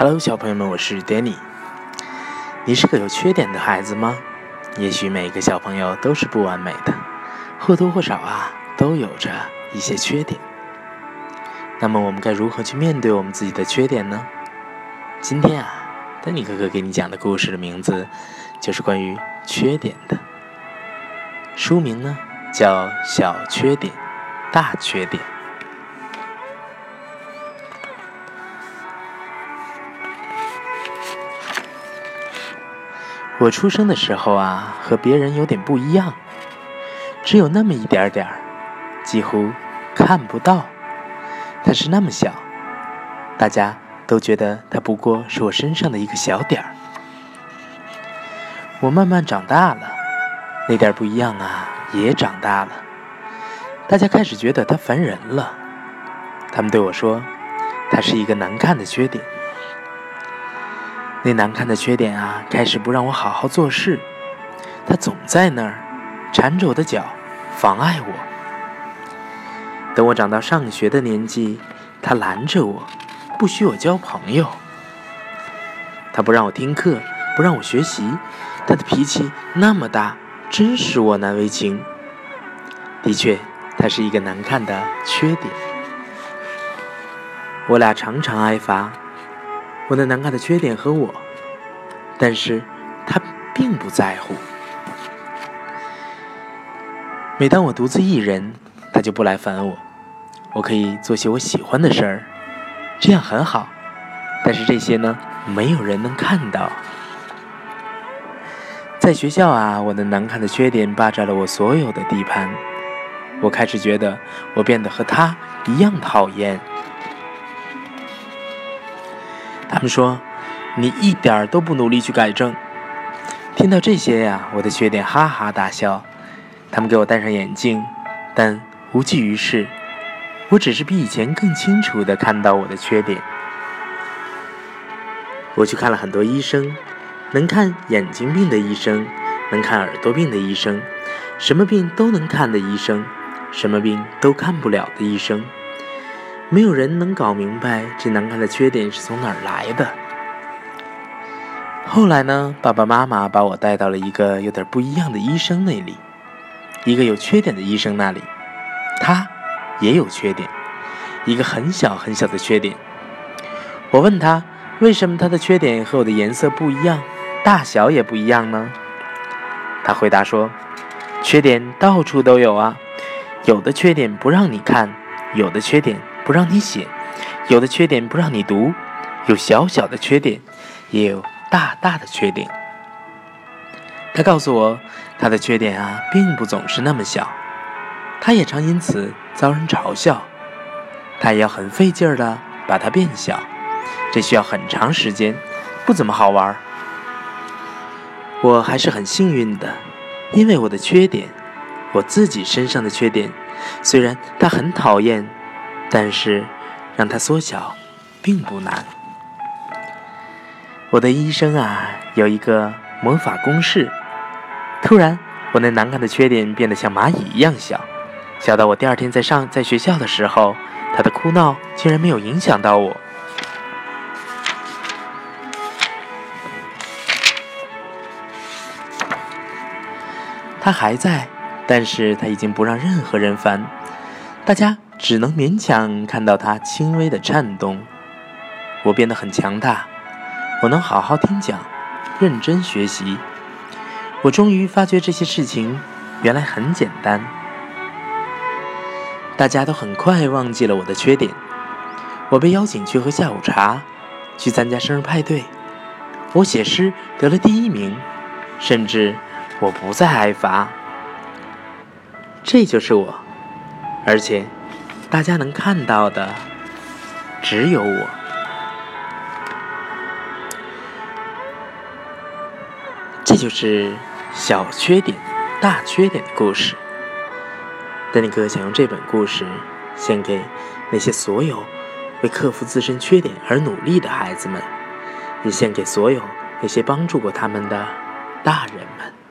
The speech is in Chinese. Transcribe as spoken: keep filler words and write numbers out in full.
Hello， 小朋友们，我是 Danny。你是个有缺点的孩子吗？也许每个小朋友都是不完美的，或多或少啊，都有着一些缺点。那么我们该如何去面对我们自己的缺点呢？今天啊，Danny哥哥给你讲的故事的名字就是关于缺点的。书名呢叫《小缺点，大缺点》。我出生的时候啊，和别人有点不一样，只有那么一点点儿，几乎看不到。它是那么小，大家都觉得它不过是我身上的一个小点儿。我慢慢长大了，那点不一样啊，也长大了。大家开始觉得它烦人了，他们对我说，它是一个难看的缺点。那难看的缺点啊，开始不让我好好做事，它总在那儿缠着我的脚，妨碍我。等我长到上学的年纪，它拦着我，不许我交朋友。它不让我听课，不让我学习，它的脾气那么大，真使我难为情。的确，它是一个难看的缺点。我俩常常挨罚，我的难看的缺点和我，但是他并不在乎。每当我独自一人，他就不来烦我，我可以做些我喜欢的事儿，这样很好。但是这些呢，没有人能看到。在学校啊，我的难看的缺点霸占了我所有的地盘，我开始觉得我变得和他一样讨厌。他们说，你一点都不努力去改正。听到这些呀，我的缺点哈哈大笑。他们给我戴上眼镜，但无济于事。我只是比以前更清楚地看到我的缺点。我去看了很多医生，能看眼睛病的医生，能看耳朵病的医生，什么病都能看的医生，什么病都看不了的医生。没有人能搞明白这难看的缺点是从哪儿来的。后来呢，爸爸妈妈把我带到了一个有点不一样的医生那里，一个有缺点的医生那里。他也有缺点，一个很小很小的缺点。我问他，为什么他的缺点和我的颜色不一样，大小也不一样呢？他回答说，缺点到处都有啊，有的缺点不让你看，有的缺点不让你写，有的缺点不让你读，有小小的缺点，也有大大的缺点。他告诉我，他的缺点啊，并不总是那么小，他也常因此遭人嘲笑，他也要很费劲儿的把它变小，这需要很长时间，不怎么好玩。我还是很幸运的，因为我的缺点，我自己身上的缺点，虽然它很讨厌，但是让它缩小并不难。我的医生啊，有一个魔法公式。突然，我那难看的缺点变得像蚂蚁一样小，小到我第二天在上在学校的时候，他的哭闹竟然没有影响到我。他还在，但是他已经不让任何人烦，大家只能勉强看到他轻微的颤动。我变得很强大，我能好好听讲，认真学习。我终于发觉这些事情原来很简单。大家都很快忘记了我的缺点。我被邀请去喝下午茶，去参加生日派对。我写诗得了第一名，甚至我不再挨罚。这就是我，而且大家能看到的只有我。这就是小缺点大缺点的故事。丹尼哥想用这本故事献给那些所有为克服自身缺点而努力的孩子们，也献给所有那些帮助过他们的大人们。